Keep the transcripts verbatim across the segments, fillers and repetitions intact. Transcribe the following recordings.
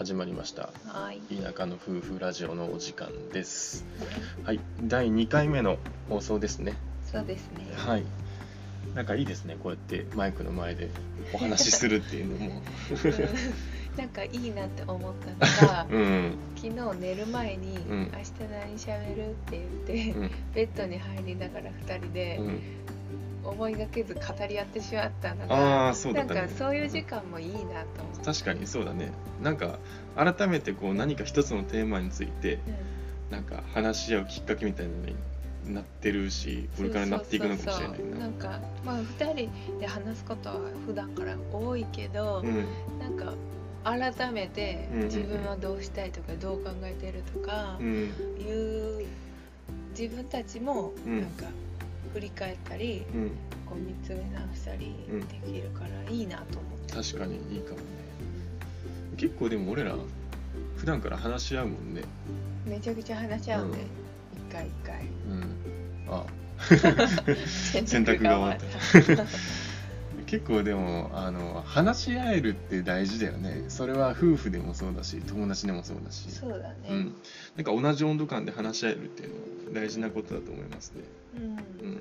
始まりました。 はい。 田舎の夫婦ラジオのお時間です。はい、だいにかいめの放送ですね。 そうですね。 はい。なんかいいですね、こうやってマイクの前でお話しするっていうのも、 うん、なんかいいなって思ったのが、 うん、 昨日寝る前に、 うん、 明日何しゃべるって言って、 うん、 ベッドに入りながらふたりで、 うん、 思いがけず語り合ってしまったのあが、 あ、そうだったね。 なんかそういう時間もいいなと思って。 確かにそうだね。なんか改めてこう何か一つのテーマについて、 うん、 なんか話し合うきっかけみたいなのになってるし、これからなっていくのかもしれないな。 そうそうそう、なんかまあふたりで話すことは普段から多いけど、 うん、 なんか改めて自分はどうしたいとかどう考えてるとかうん、 いう自分たちもうんなんか振り返ったり、 うん、 こう見つめ直したりできるからいいなと思って。 確かにいいかもね。結構でも俺ら普段から話し合うもんね。 めちゃくちゃ話し合うんで、一回一回。 うん。あ洗濯が終わった結構でもあの話し合えるって大事だよね。それは夫婦でもそうだし、友達でもそうだし。 そうだね。 うん。なんか同じ温度感で話し合えるっていうのは大事なことだと思いますね。 うん。 うん。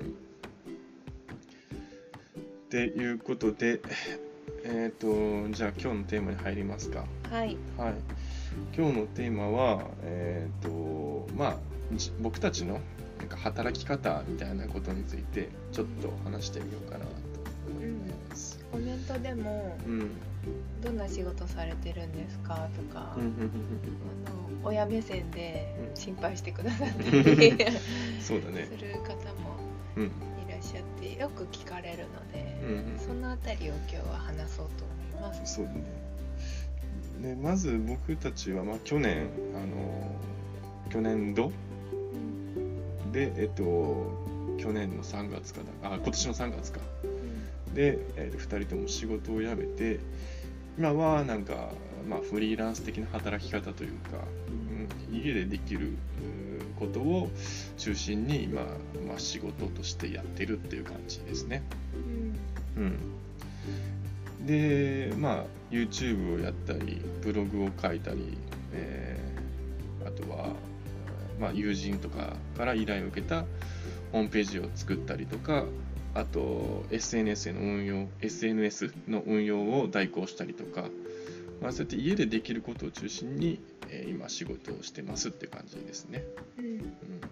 っていうことで、えっとじゃあ今日のテーマに入りますか。 はい。 はい。今日のテーマはえっとまあ僕たちのなんか働き方みたいなことについてちょっと話してみようかなと思います。 コメントでも、 うん、 どんな仕事されてるんですかとか、 うんうんうんうん、 あの親目線で心配してくださったりそうだね、 する方もいらっしゃってよく聞かれるので、うんうん、そのあたりを今日は話そうと思います。 そうだね。でまず僕たちは、まあ、去年あの去年度で、えっと、去年のさんがつかなあ今年のさんがつか、うん、で、えー、ふたりとも仕事を辞めて今はなんか、まあ、フリーランス的な働き方というか、うん、家でできることを中心に今、まあ、仕事としてやってるっていう感じですね。うん、うん、でまあ YouTube をやったりブログを書いたり、えー、あとはまあ、友人とかから依頼を受けたホームページを作ったりとか、あと エスエヌエス の運用 エスエヌエス の運用を代行したりとか、まあ、そうやって家でできることを中心に、えー、今仕事をしてますって感じですね。うんうん、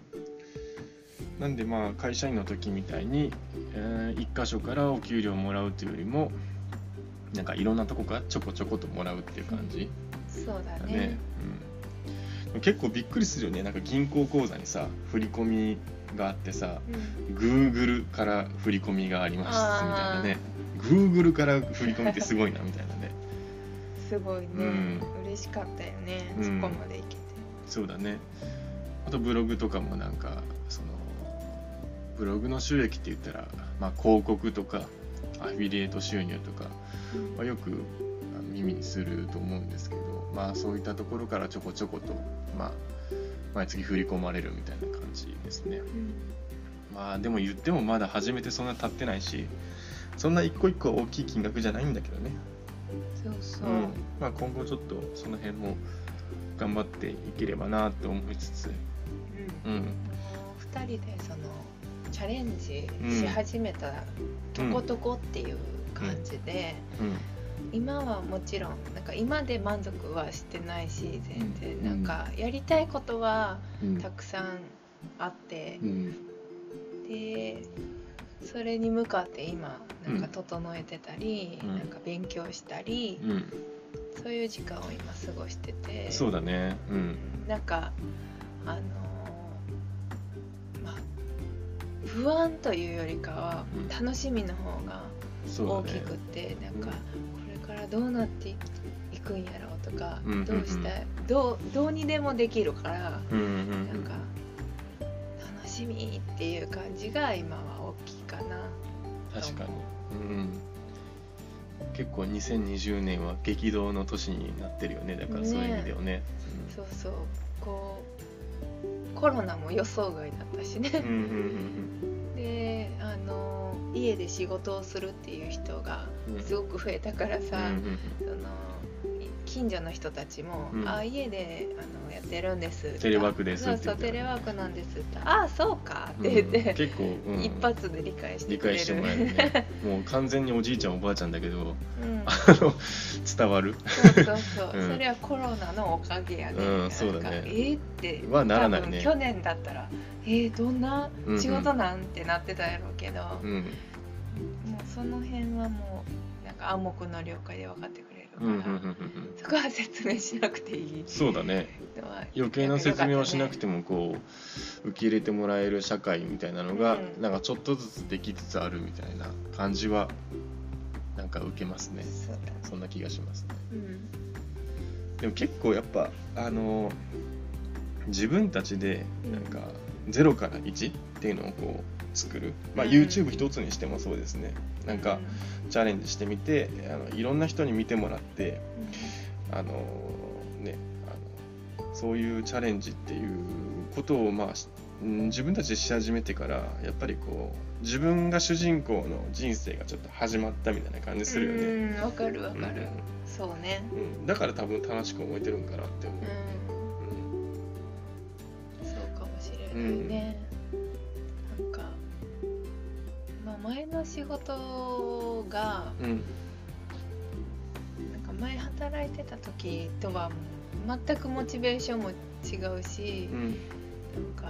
なんでまあ会社員の時みたいに、えー、一箇所からお給料をもらうというよりもなんかいろんなとこからちょこちょこともらうっていう感じ、 うん、そうだね。 うん、結構びっくりするよね。なんか銀行口座にさ振り込みがあってさ、うん、Google から振り込みがありますみたいなね。Google から振り込みってすごいなみたいなね。 すごいね、うん、嬉しかったよね、うん、そこまでいけて。 そうだね。あとブログとかもなんかそのブログの収益って言ったら、まあ、広告とかアフィリエイト収入とか、まあ、よく耳にすると思うんですけど、まあそういったところからちょこちょこと、まあ、毎月振り込まれるみたいな感じですね。うん、まあでも言ってもまだ始めてそんな経ってないし、そんな一個一個大きい金額じゃないんだけどね。 そうそう。 うん、まあ今後ちょっとその辺も頑張っていければなと思いつつ、 うん。うん、ふたりでそのチャレンジし始めたとことこっていう感じで。うんうんうん今はもちろんなんか今で満足はしてないし全然なんかやりたいことはたくさんあって、うん、でそれに向かって今なんか整えてたり、うん、なんか勉強したり、うん、そういう時間を今過ごしてて。 そうだね、うん、 なんかあのまあ不安というよりかは楽しみの方が大きくって、ね、なんかどうなっていくんやろうとか、うんうんうん、どうしたいどうどうにでもできるから、うんうんうん、なんか楽しみっていう感じが今は大きいかな。 確かに、うん、結構にせんにじゅうねんは激動の年になってるよね。だからそういう意味ではね、ね、 うん、そうそうこうコロナも予想外だったしね、うんうんうん、であの家で仕事をするっていう人がすごく増えたからさ、うんうん、その近所の人たちも、 うん、 あ家であのやってるんですテレワークですってそうそうテレワークなんですってああそうかって言って、 うん、結構、うん、 一発で理解してくれる理解してもらえるねもう完全におじいちゃんおばあちゃんだけど、うん、あの伝わるそうそうそう、 うん、 それはコロナのおかげやね、 うん、そうだねえー、ってはならないね去年だったらえー、どんな仕事なん、うんうん、てなってたやろうけど、うん、もうその辺はもうなんか暗黙の了解で分かってくれるから、うんうんうんうん、そこは説明しなくていいそうだね余計な説明をしなくてもこう受け入れてもらえる社会みたいなのが、うん、なんかちょっとずつできつつあるみたいな感じはなんか受けますね。 そ, ねそんな気がしますね、うん、でも結構やっぱあの自分たちでなんかゼロからいちっていうのをこう作る、まあ、YouTube 一つにしてもそうですね、なんかチャレンジしてみてあのいろんな人に見てもらって、あのねあのそういうチャレンジっていうことを、まあ、自分たちでし始めてからやっぱりこう自分が主人公の人生がちょっと始まったみたいな感じするよね。 うん、わかるわかる、うん、そうね、 うん、だから多分楽しく思えてるんかなって思う、 うんうん、そうかもしれないね、うん、なんか、まあ、前の仕事が、うん、なんか前働いてた時とは全くモチベーションも違うし、うん、なんか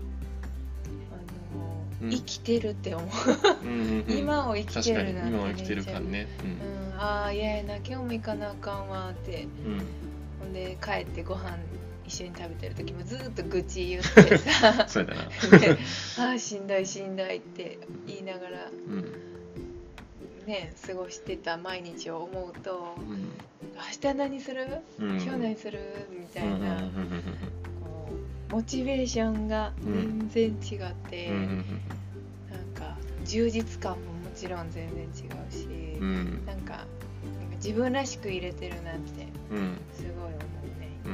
うん、生きてるって思ううんうん、うん、今を生きてるなんて今を生きてる感ね、 うんうん、ああいやいやな今日も行かなあかんわって、うん、ほんで帰ってご飯一緒に食べてる時もずっと愚痴言ってさそうだなああしんどいしんどいって言いながら、うん、ね過ごしてた毎日を思うと、うん、明日何する、うん、今日何するみたいな、うんうんモチベーションが全然違って、うん、なんか充実感ももちろん全然違うし、うん、なんか、なんか自分らしく入れてるなってすごい思うね、うん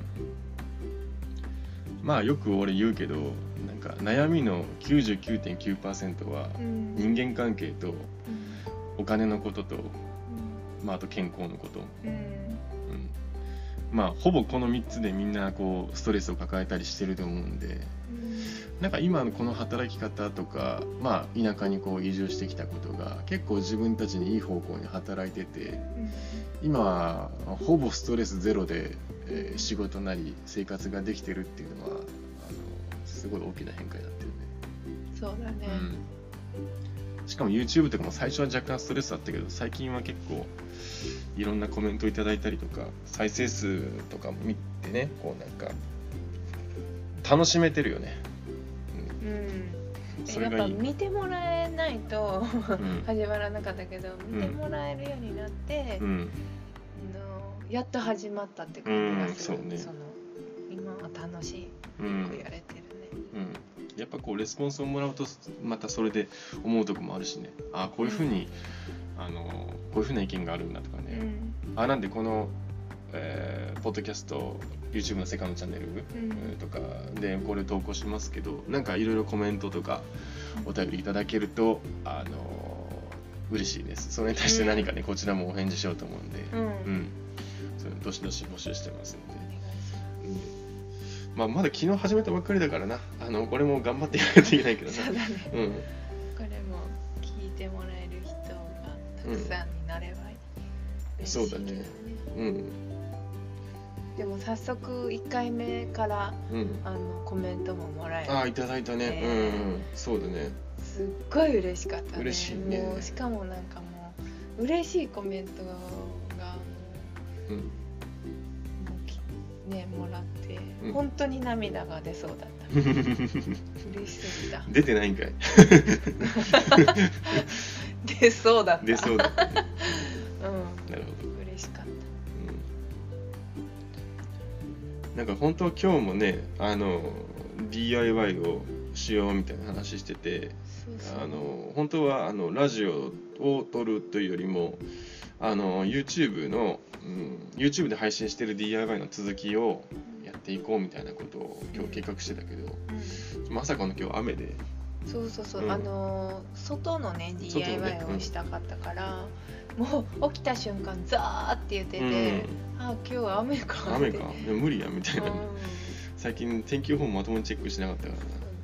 うん、まあよく俺言うけどなんか悩みの きゅうじゅうきゅうてんきゅうパーセント は人間関係とお金のことと、まあ、あと健康のこと、うんまあ、ほぼこのみっつでみんなこうストレスを抱えたりしてると思うんで、うん、なんか今のこの働き方とか、まあ、田舎にこう移住してきたことが結構自分たちにいい方向に働いてて、うん、今はほぼストレスゼロで、えー、仕事なり生活ができてるっていうのはあのすごい大きな変化になってるね。 そうだね、 うん、しかも YouTube とかも最初は若干ストレスあったけど最近は結構いろんなコメントいただいたりとか再生数とかも見てねこうなんか楽しめてるよね、 うんうん、それがいい。やっぱ見てもらえないと、うん、始まらなかったけど見てもらえるようになって、うん、のやっと始まったって感じがする、うん そうね、その今は楽しくやれてるね、 うんうんやっぱこうレスポンスをもらうとまたそれで思うとこもあるしねあこういうふうに、うん、あのこういうふうな意見があるんだとかね、うん、あなんでこの、えー、ポッドキャスト YouTube のセカンドチャンネル、うん、とかでこれ投稿しますけどなんかいろいろコメントとかお便りいただけるとあの嬉しいです。それに対して何かね、うん、こちらもお返事しようと思うんで、うんうん、それどしどし募集してますので。まあ、まだ昨日始めたばっかりだからなあのこれも頑張っていかないといけないけどなそうだね、うん、これも聞いてもらえる人がたくさんになればいい、うん、 そうだね、うん、 でも早速いっかいめから、うん、あのコメントももらえるああいただいたね、えー、うん、うん、そうだねすっごい嬉しかったね嬉しいねもうしかもなんかもう嬉しいコメントがもう、うんね、もらって、うん、本当に涙が出そうだった嬉しすぎた出てないんかい出そうだった出そうだった、ね、 うんなるほど嬉しかった、 うん、なんか本当は今日もねあの ディーアイワイ をしようみたいな話しててそうそうあの本当はあのラジオを撮るというよりもあの YouTube の、うん、YouTube で配信してる ディーアイワイ の続きをやっていこうみたいなことを今日計画してたけど、うん、まさかの今日雨でそうそうそう、 うん、 あの外のね ディーアイワイ をしたかったから、うん、もう起きた瞬間ザーって言ってて、うん、あ今日は雨かって雨かいや無理やみたいな、うん、最近天気予報まともにチェックしなかったからな、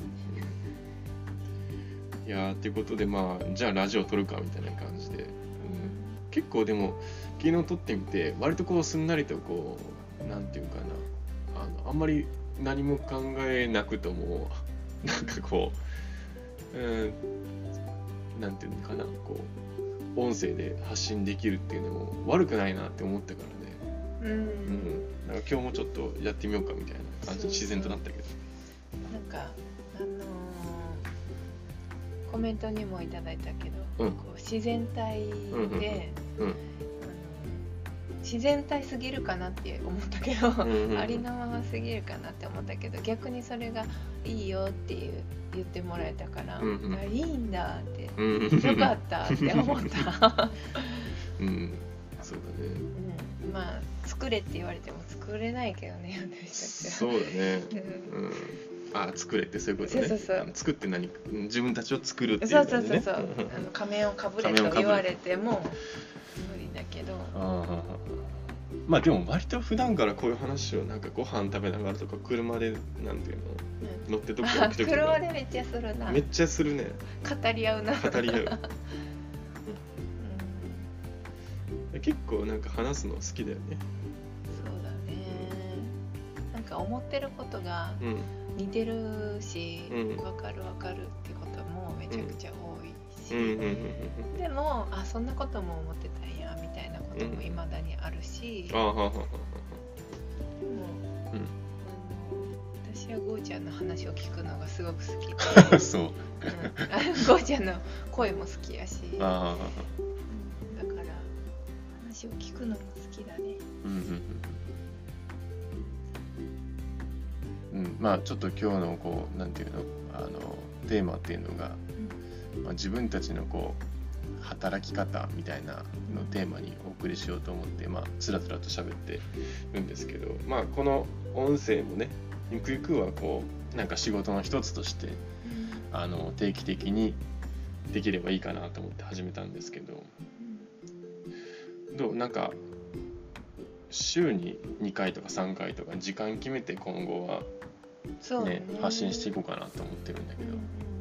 うん、いやーってことでまあじゃあラジオ撮るかみたいな感じで、うん、結構でも昨日撮ってみて割とこうすんなりとこうなんていうかな あのあんまり何も考えなくともなんかこう、うん、なんていうのかなこう音声で発信できるっていうのも悪くないなって思ったからね、うんうん、なんか今日もちょっとやってみようかみたいな感じで自然となったけど、 なんかあのー、コメントにもいただいたけど、うん、こう自然体で、うんうんうんうん、自然体すぎるかなって思ったけど、うんうん、ありのまますぎるかなって思ったけど逆にそれがいいよっていう言ってもらえたから、うんうん、あいいんだって、うん、よかったって思ったうん、そうだね、 うん、まあ作れって言われても作れないけどね私たちはそうだね、うん、あ作れってそういうことね。そうそうそう、あの作って何自分たちを作るっていう、ね、 そうそうそうそうあの仮面をかぶれと言われても無理だけど、あまあでも割と普段からこういう話をなんかご飯食べながらとか車でなんていうの、うん、乗ってとき起きときとか車でめっちゃするな。 めっちゃするね。 語り合うな。 語り合う、うん、結構なんか話すの好きだよね。 そうだね。なんか思ってることが似てるし、うん、分かる分かるってこともめちゃくちゃ多いし、うんうんうんうん、でもあそんなことも思ってたんやみたいなことも未だにあるし、うん、でも、うん、私はゴーちゃんの話を聞くのがすごく好きでそう、うん、 ゴーちゃんの声も好きやし、あ、うん、だから話を聞くのも好きだね、うんうんうん、まあちょっと今日のこうなんていうのあのテーマっていうのが、うんまあ、自分たちのこう働き方みたいなのをテーマにお送りしようと思って、まあ、つらつらと喋ってるんですけど、まあ、この音声もねゆくゆくはこうなんか仕事の一つとして、うん、あの定期的にできればいいかなと思って始めたんですけど、うん、どうなんか週ににかいとかさんかいとか時間決めて今後は、ねそうね、 発信していこうかなと思ってるんだけど、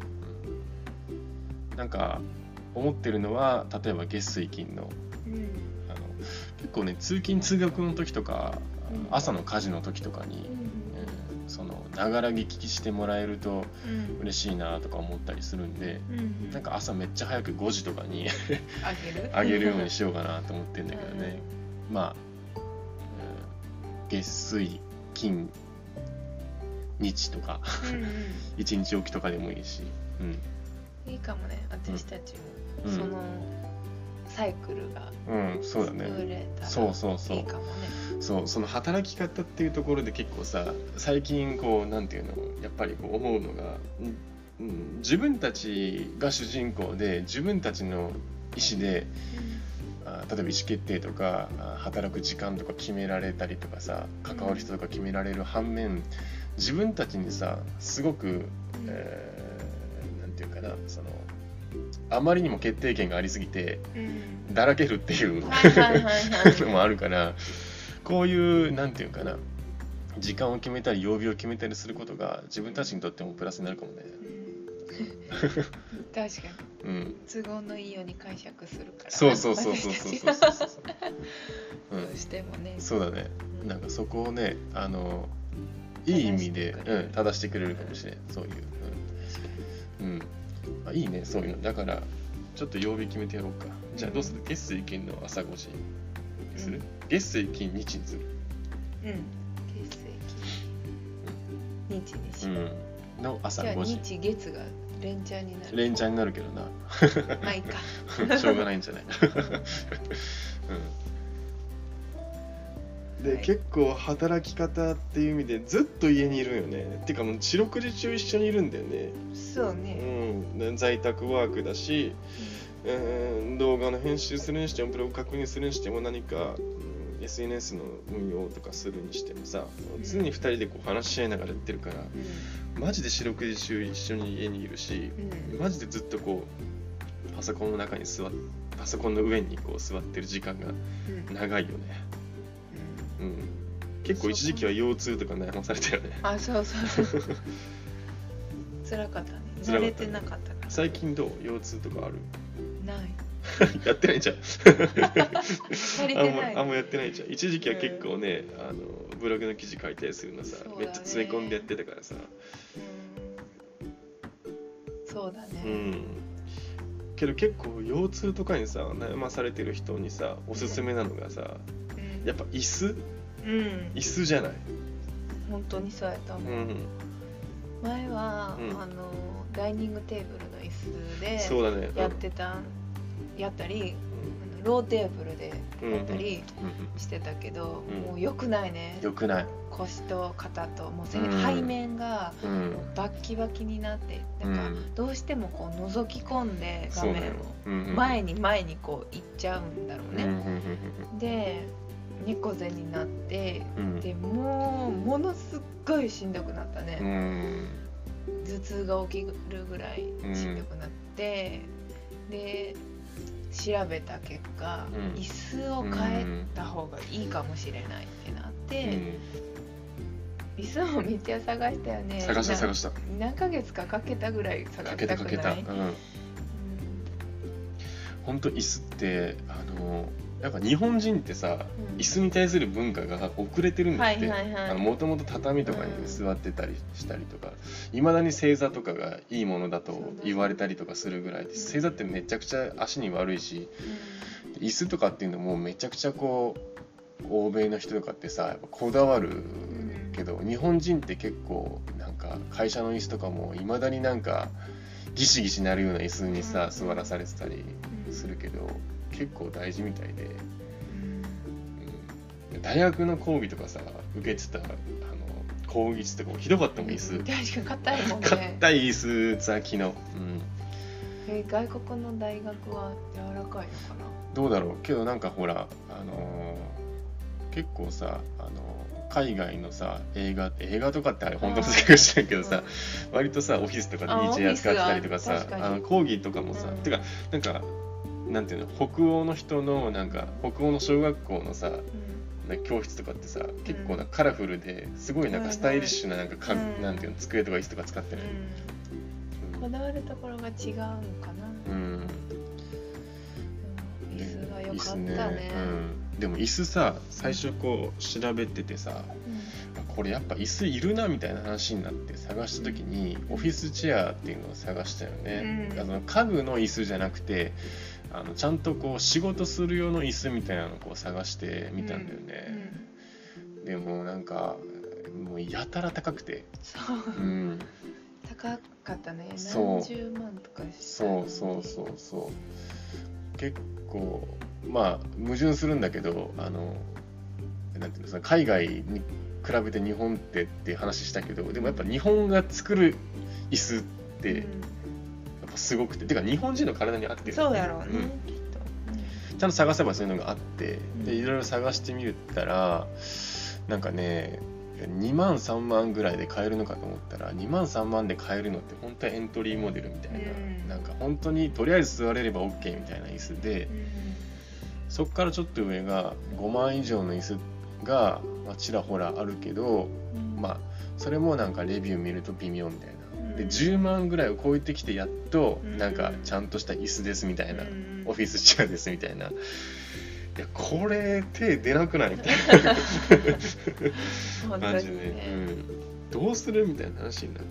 うん、なんか思ってるのは例えば月水金の、うん、あの結構ね通勤通学の時とか、うん、朝の家事の時とかに、うんえー、そのながら聞きしてもらえると嬉しいなとか思ったりするんで、うん、なんか朝めっちゃ早くごじとかにあげるあげるようにしようかなと思ってるんだけどね、うん、まあ、えー、月水金日とか、うんうん、いちにちおきとかでもいいし、 うん、いいかもね私たちも、うん、そのサイクルが作れたらいいかもね。 そう、その働き方っていうところで結構さ最近こうなんていうのやっぱりこう思うのが、うん、自分たちが主人公で自分たちの意思で、うん、あ例えば意思決定とか働く時間とか決められたりとかさ関わる人とか決められる反面、うん、自分たちにさすごく、うんえー、なんていうかなそのあまりにも決定権がありすぎて、うん、だらけるっていうのもあるからこういうなんていうかな時間を決めたり曜日を決めたりすることが自分たちにとってもプラスになるかもね、 うん、確かに、うん、都合のいいように解釈するからそうそうそうそうそうそうそうどうしてもね、 うん、そうだね、うん、なんかそこをねあのいい意味で正して,、うん、正してくれるかもしれない、うん、そういう、うんうんあ、いいねそういうのだからちょっと曜日決めてやろうか。じゃあどうする、月水金の朝ごじにする、うん、月水金日にする、 うん月水金日にしよう、 うん、の朝ごじ。 じゃあ日月が連チャンになる連チャンになるけどなまあいいかしょうがないんじゃない、うん、で、はい、結構働き方っていう意味でずっと家にいるよね。てかもう四六時中一緒にいるんだよね。 そうね、 うん、在宅ワークだし、うん、動画の編集するにしてもブログ確認するにしても何か、うん、 エスエヌエス の運用とかするにしてもさ、うん、常にふたりでこう話し合いながらやってるから、うん、マジで四六時中一緒に家にいるし、うん、マジでずっとこうパソコンの中に座っパソコンの上にこう座ってる時間が長いよね、うんうん、結構一時期は腰痛とか悩まされたよね。 あ、そうそうそう辛かったね。慣れてなかったから。 最近どう？腰痛とかある？ ないやってないじゃん足りてない、 あんま、あんまやってないじゃん。一時期は結構ね、うん、あのブログの記事書いたりするのさ、めっちゃ詰め込んでやってたからさ、 うん、そうだね、 うん、けど結構腰痛とかにさ悩まされてる人にさおすすめなのがさ、うん、やっぱ椅子、うん、椅子じゃない？ 本当にそうやと思う、うん、前は、うん、あのダイニングテーブルの椅子でやってた、うん、やったり、うん、ローテーブルでやったりしてたけど、うん、もう良くないね。 良くない。 腰と肩ともう背面がバッキバキになって、うん、なんかどうしてもこう覗き込んで画面を前に前にこう行っちゃうんだろうね、うん、で猫背になって、うん、でもうものすっごいしんどくなったね、うん、頭痛が起きるぐらいしんどくなって、うん、で調べた結果、うん、椅子を変えた方がいいかもしれないってなって、うん、椅子をめっちゃ探したよね。 探した探した。 何ヶ月かかけたぐらい探したくない？かけたかけた。うん。 本当椅子ってあのやっぱ日本人ってさ、うん、椅子に対する文化が遅れてるんだって。もともと畳とかに座ってたりしたりとか、いま、うん、だに正座とかがいいものだと言われたりとかするぐらいで、正座ってめちゃくちゃ足に悪いし、うん、椅子とかっていうのもめちゃくちゃこう欧米の人とかってさやっぱこだわるけど、うん、日本人って結構なんか会社の椅子とかもいまだになんかギシギシなるような椅子にさ座らされてたりするけど、結構大事みたいで、うん、大学の講義とかさ受けてたあの講義室とかもひどかったもん椅子。 確か硬いもんね。 硬い椅子ザキの、うん、 え外国の大学は柔らかいのかな。 どうだろうけどなんかほらあのー、結構さあのー、海外のさ映画映画とかってあれ本当難しいか知らんけどさ、うん、割とさオフィスとかでいいチェア使ってたりとかさあの講義とかもさ、うん、てかなんかなんていうの北欧の人のなんか北欧の小学校のさ、うん、なんか教室とかってさ結構なカラフルですごいなんかスタイリッシュななんかか、うん、なんていうの机とか椅子とか使ってる、 うんうん、こだわるところが違うのかな。うん、椅子は良かったね。ね、 うん、でも椅子さ最初こう調べててさ、うん、これやっぱ椅子いるなみたいな話になって探した時にオフィスチェアっていうのを探したよね、うん、あの家具の椅子じゃなくてあのちゃんとこう仕事する用の椅子みたいなのをこう探してみたんだよね、うんうん、でもなんかもうやたら高くてそう、うん、高かったね。何十万とかした、ね、 そうそうそうそう結構まあ矛盾するんだけどあのなんていうの海外に比べて日本ってって話したけどでもやっぱ日本が作る椅子って、うんすごくててか日本人の体に合ってる、ね、 そうやろうね、 うん、きっと、うん、ちゃんと探せばそういうのがあって、うん、でいろいろ探してみたらなんかねにまんさんまんぐらいで買えるのかと思ったらにまんさんまんで買えるのって本当はエントリーモデルみたいな、うん、なんか本当にとりあえず座れれば OK みたいな椅子で、うん、そっからちょっと上がごまん以上の椅子が、まあ、ちらほらあるけど、うん、まあそれもなんかレビュー見ると微妙みたいなでじゅうまんぐらいを超えてきてやっとなんかちゃんとした椅子ですみたいな、うん、オフィスチェアですみたいないやこれ手出なくないみたいな感じで、ねうん、どうするみたいな話にな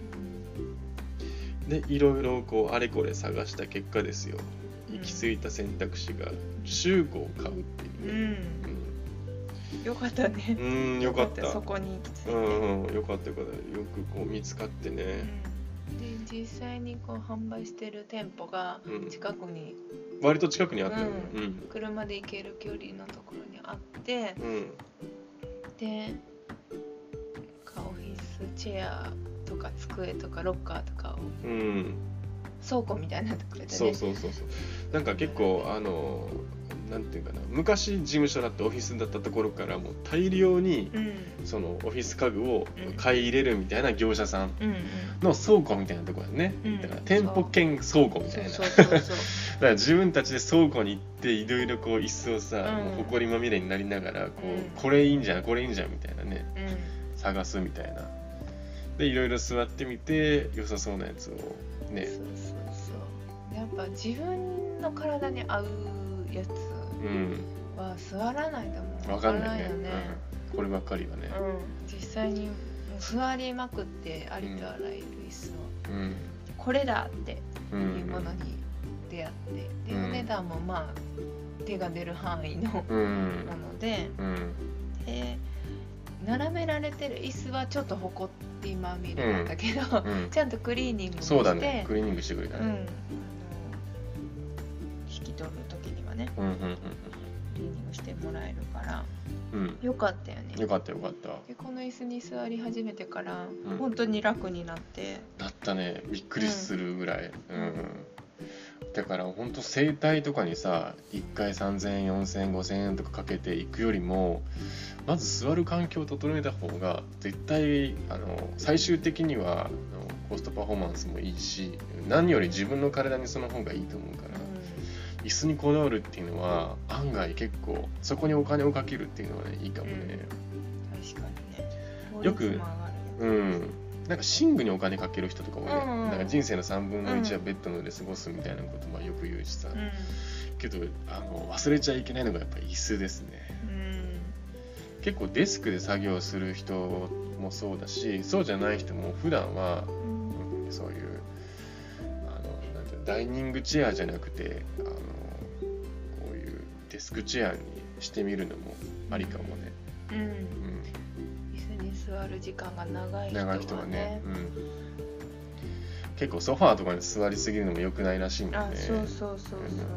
ってでいろいろこうあれこれ探した結果ですよ行き着いた選択肢が中古を買うっていうね、うんうん、よかったね。 うん、よかった。 そこに行き着いて。 うんうん、よかったよかった。よくこう見つかってね。 うん、で実際にこう販売してる店舗が近くに、 うん、割と近くにあったよね、 うんうん。車で行ける距離のところにあって、うん、で、オフィスチェアとか机とかロッカーとかを、うん、倉庫みたいなところでね。 そうそうそうそう。なんか結構あのなんていうかな、昔事務所だったオフィスだったところからもう大量に、 うん、 そのオフィス家具を買い入れるみたいな業者さんの倉庫みたいなところだね、うん、だから店舗兼倉庫みたいな、そうそうそうそうだから自分たちで倉庫に行っていろいろこう椅子をさ、うん、もう埃まみれになりながらこう、うん、これいいんじゃんこれいいんじゃんみたいなね、うん、探すみたいなでいろいろ座ってみて良さそうなやつをね、そうそうそうやっぱ自分の体に合うやつは座らないとも分からないよね、 うん、こればっかりはね、 うん、実際にもう座りまくってありとあらゆる椅子を、うん、これだっていうものに出会って、うん、でお値段もまあ手が出る範囲のもので、うん、で並べられてる椅子はちょっとほこりまみれなんだけど、うんうん、ちゃんとクリーニングしてそうだねクリーニングしてくれたね、うん、あの引き取る時にはね、うんうんうん、クリーニングしてもらえるから、うん、よかったよねよかったよかったでこの椅子に座り始めてから、うん、本当に楽になってなったねびっくりするぐらい、うんうんだから本当整体とかにさいっかいさんぜんえんよんせんえんごせんえんとかかけていくよりもまず座る環境を整えた方が絶対あの最終的にはあのコストパフォーマンスもいいし何より自分の体にその方がいいと思うから、うん、椅子にこだわるっていうのは案外結構そこにお金をかけるっていうのはねいいかもね、 うん、確かにねよくうんなんか寝具にお金かける人とかもね、うんうん、なんか人生のさんぶんのいちはベッドの上で過ごすみたいなこともよく言うしさ、うん、けどあの忘れちゃいけないのがやっぱり椅子ですね、うん、結構デスクで作業する人もそうだしそうじゃない人も普段は、うん、そういうあのなんていうのダイニングチェアじゃなくてあのこういうデスクチェアにしてみるのもありかもね、うんうん座る時間が長い人は ね, 長い人はね、うん、 結構ソファーとかに座りすぎるのも良くないらしいもんね。 あ、そうそうそうそう、うん、そう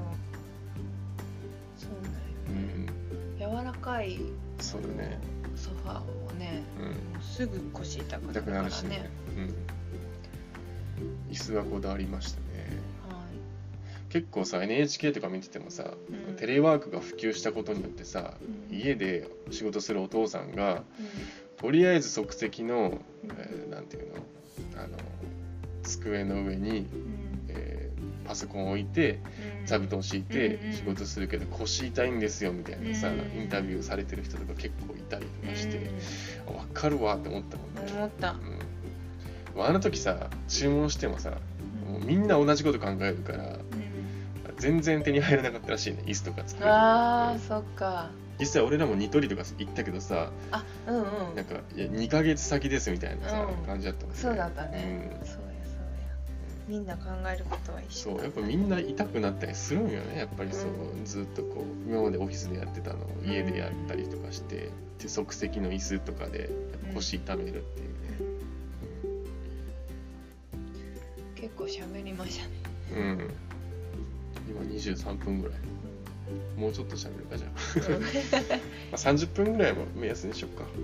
だよね、うん、柔らかいそうだねソファーをね、うん、もうすぐ腰痛くなるからね、痛くなるしね、 うん、椅子はこだわりましたね、はい、結構さ エヌエイチケー とか見ててもさ、うん、テレワークが普及したことによってさ、うん、家で仕事するお父さんが、うんとりあえず即席の、えー、なんていうの、あの机の上に、うんえー、パソコンを置いて、うん、座布団を敷いて仕事するけど、うん、腰痛いんですよみたいなさ、うん、インタビューされてる人とか結構いたりとかして、うん、分かるわって思ったもんね。 思った、 うん、あの時さ注文してもさ、うん、もうみんな同じこと考えるから、うん、全然手に入らなかったらしいね椅子とか作る。 あー、うん、そっか。 実際俺らもニトリとか行ったけどさ、 あ、うんうん、 なんかいやにかげつ先ですみたいなさ、 うん、 感じだったもんね。 そうだったね、うん、そうやそうや、みんな考えることは一緒だ、ね、 そうやっぱみんな痛くなったりするんよねやっぱりそう、うん、ずっとこう今までオフィスでやってたのを家でやったりとかして、うん、で即席の椅子とかで腰痛めるっていうね、 うん、結構喋りましたね。 うん今にじゅうさんぷんぐらい、もうちょっと喋るかじゃあ、まあさんじゅっぷんぐらいも目安にしよっか、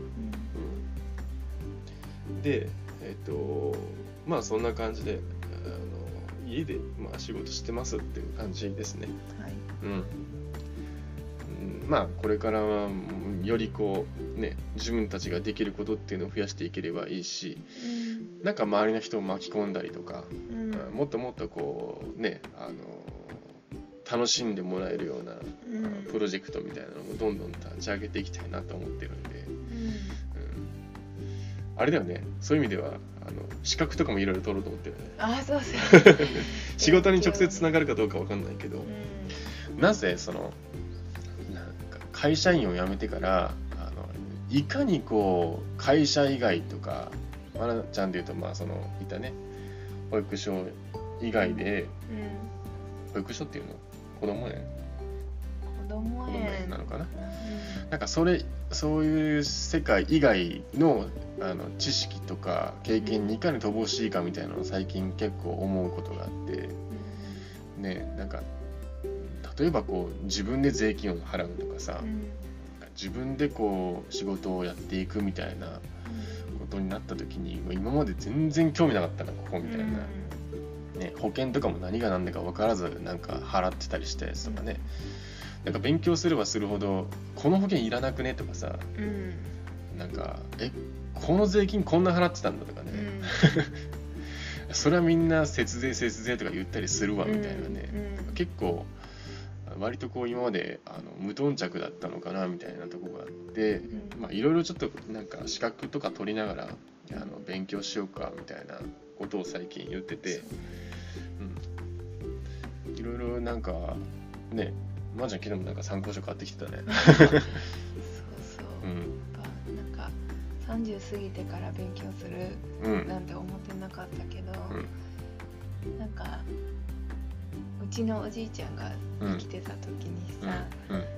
うん、でえっ、ー、とまあそんな感じであの家で、まあ、仕事してますっていう感じですね、はいうんうん、まあこれからはよりこうね自分たちができることっていうのを増やしていければいいし、うん、なんか周りの人を巻き込んだりとか、うん、もっともっとこうねあの楽しんでもらえるような、うん、プロジェクトみたいなのもどんどん立ち上げていきたいなと思ってるんで、うんうん、あれだよねそういう意味ではあの資格とかもいろいろ取ろうと思ってるね。 あ、そうそう仕事に直接つながるかどうかわかんないけど、うん、なぜそのなんか会社員を辞めてからあのいかにこう会社以外とかまなちゃんでいうとまあそのいたね保育所以外で、うん、保育所っていうの子供園子供園なのかな、うん、なんかそれそういう世界以外のあの知識とか経験にいかに乏しいかみたいなのを最近結構思うことがあって、うん、ねなんか例えばこう自分で税金を払うとかさ、うん、自分でこう仕事をやっていくみたいなことになった時に今まで全然興味なかったなここみたいな、うんね、保険とかも何が何だか分からずなんか払ってたりしたやつとかね、 なんか勉強すればするほどこの保険いらなくねとかさ、 うん、 なんかえこの税金こんな払ってたんだとかね、うん、それはみんな節税節税とか言ったりするわみたいなね、うんうん、結構割とこう今まであの無頓着だったのかなみたいなところがあって、うん、まあいろいろちょっとなんか資格とか取りながらあの勉強しようかみたいなことを最近言ってて、うん、いろいろなんかね、まーちゃん昨日もなんか参考書買ってきてたね。 そうそう、うん、なんかさんじゅう過ぎてから勉強するなんて思ってなかったけど、うん、なんかうちのおじいちゃんが生きてた時にさ、うんうんうん、あの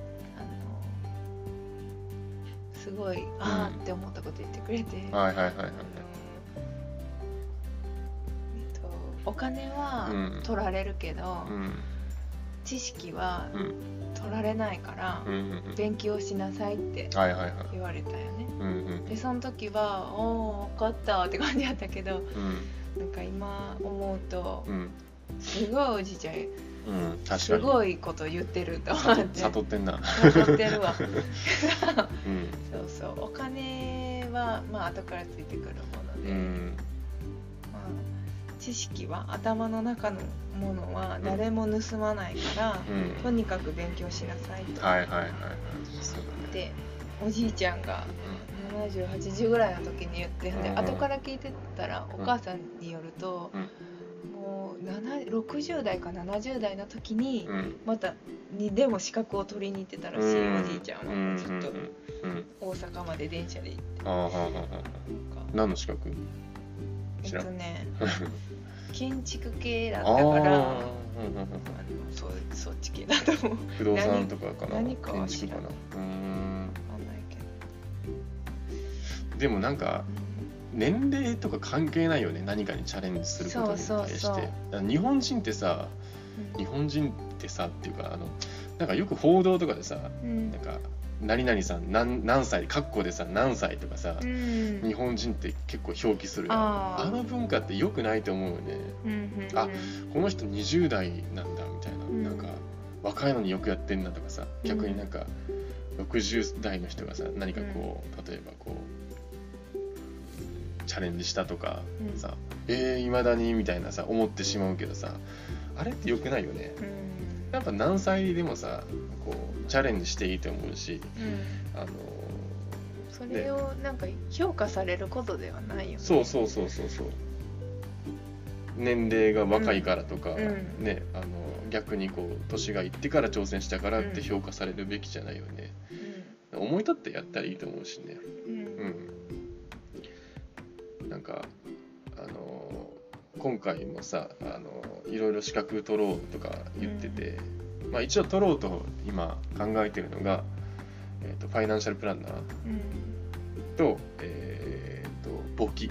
すごい、あーって思ったこと言ってくれて、 はいはいはいはい、 お金は取られるけど、 うん、 知識は取られないから、うんうんうん、勉強しなさいって言われたよね、はいはいはい、でその時はおー分かったって感じだったけど、うん、なんか今思うと、うん、すごいおじいちゃん、うん、確かにすごいこと言ってると思って悟ってんな悟ってるわ、うん、そうそうお金はまあ後からついてくるもので、うん知識は頭の中のものは誰も盗まないから、うん、とにかく勉強しなさいと、 はいはいはいはい、 そうだね、でおじいちゃんがななじゅう、はちじゅうぐらいの時に言ってで、うん、後から聞いてたらお母さんによると、うん、もうろくじゅう代かななじゅう代の時にまたにでも資格を取りに行ってたらしい、うん、おじいちゃんはずっと大阪まで電車で行って、 うん、あ何の資格？ えっとね建築系だったからあの そ, そっち系だと思う。 不動産とかかな。 何かは知らない。 うーん。でもなんか年齢とか関係ないよね。何かにチャレンジすることに対して。そうそうそう。日本人ってさ、うん、日本人ってさっていうかあのなんかよく報道とかでさ、うん、なんか何々さん 何, 何歳カッコでさ何歳とかさ、うん、日本人って結構表記するよ。 あ, あの文化って良くないと思うよね、うんうんうん、あこの人にじゅう代なんだみたいな、うん、なんか若いのによくやってんなとかさ、逆になんかろくじゅう代の人がさ何かこう、うん、例えばこうチャレンジしたとかさ、うん、えー、未だにみたいなさ思ってしまうけどさ、あれって良くないよね、うん、やっぱ何歳でもさこうチャレンジしていいと思うし、うん、あのそれをなんか評価されることではないよね。 そうそうそうそうそう。年齢が若いからとか、うん、ね、あの逆にこう年がいってから挑戦したからって評価されるべきじゃないよね。うん、思い立ってやったらいいと思うしね。うん。うん、なんかあの今回もさあのいろいろ資格取ろうとか言ってて。うん、まあ、一応取ろうと今考えてるのが、えー、とファイナンシャルプランナーと、うん、えー、と簿記、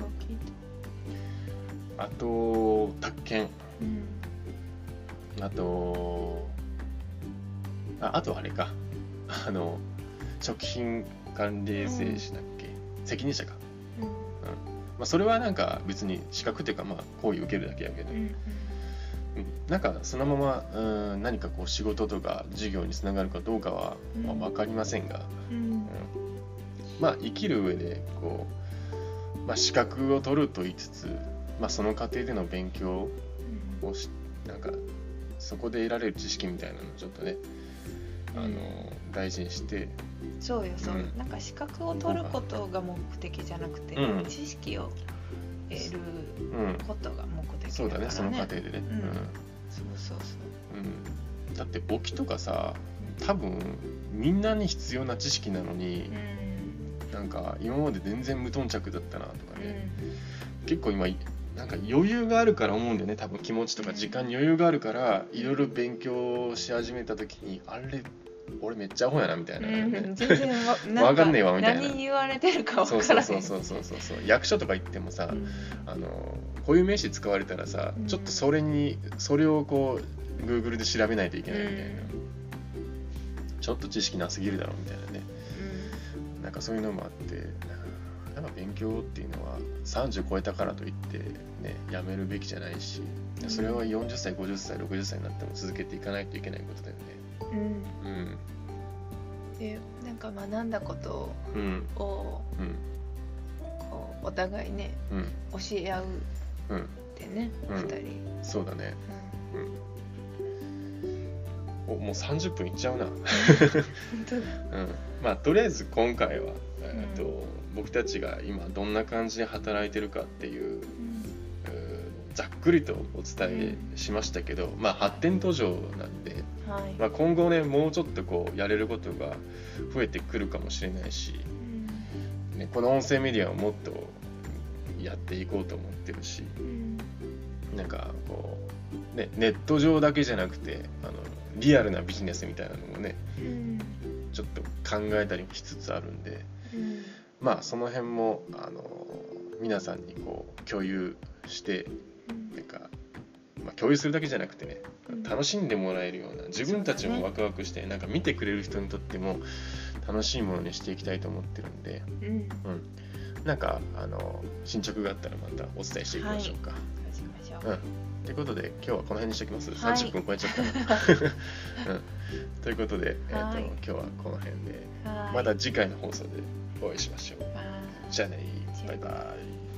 あと宅建、うん、あと あ, あとあれかあの食品管理衛生士だっけ、うん、責任者か、うんうん、まあ、それはなんか別に資格っていうかまあ講義受けるだけやけど、うん、なんかそのままうん何かこう仕事とか授業につながるかどうかは、まあ、分かりませんが、うんうん、まあ生きる上でこう、まあ、資格を取ると言いつつ、まあ、その過程での勉強をしなんかそこで得られる知識みたいなのをちょっとね、あの大事にして、 そうよそう、うん、なんか資格を取ることが目的じゃなくて、うん、知識を得ることが目的だからね、うん、そうだね、その過程でね、うんうん、そうそうそう、 うん、だって簿記とかさ多分みんなに必要な知識なのに、うん、なんか今まで全然無頓着だったなとかね、うん、結構今なんか余裕があるから思うんだよね、多分気持ちとか時間に余裕があるからいろいろ勉強し始めた時にあれ俺めっちゃアホやなみたいな、ね、 うん、全然わわかんねえわみたいな、 何言われてるか分からない。 そうそうそうそうそう役所とか行ってもさ、うん、あのこういう名詞使われたらさ、うん、ちょっとそれにそれをこう Google で調べないといけないみたいな、うん、ちょっと知識なすぎるだろうみたいなね、うん、なんかそういうのもあってやっぱ勉強っていうのはさんじゅう超えたからといってねやめるべきじゃないし、それはよんじゅっさいごじゅっさいろくじゅっさいになっても続けていかないといけないことだよね。 うんうんでなんか学んだことを、 うんこうお互いね、 うん、 教え合ううんってね、 うん、 ふたり。 そうだね、うん、おもうさんじゅっぷんいっちゃうな。 本当だ。 うん、まあとりあえず今回は、えーとうん、 僕たちが今どんな感じで働いてるかっていう、 うんざっくりとお伝えしましたけど、まあ発展途上なんで、 はいまあ、今後ねもうちょっとこうやれることが増えてくるかもしれないし、 うんね、この音声メディアをもっとやっていこうと思ってるし、 うんなんかこう、ね、ネット上だけじゃなくてあのリアルなビジネスみたいなのもねうんちょっと考えたりもしつつあるんで、 うんまあその辺もあの皆さんにこう共有してなんか、まあ、共有するだけじゃなくてね楽しんでもらえるような自分たちもワクワクしてなんか見てくれる人にとっても楽しいものにしていきたいと思ってるんで、 うんうん、なんかあの進捗があったらまたお伝えしていきましょうか。 はい、そうしましょう。 うんということで今日はこの辺にしておきます。 はいさんじゅっぷん超えちゃったな、うん、ということで、えーとはい今日はこの辺ではいまた次回の放送でお会いしましょう。 はいじゃあね、バイバイ。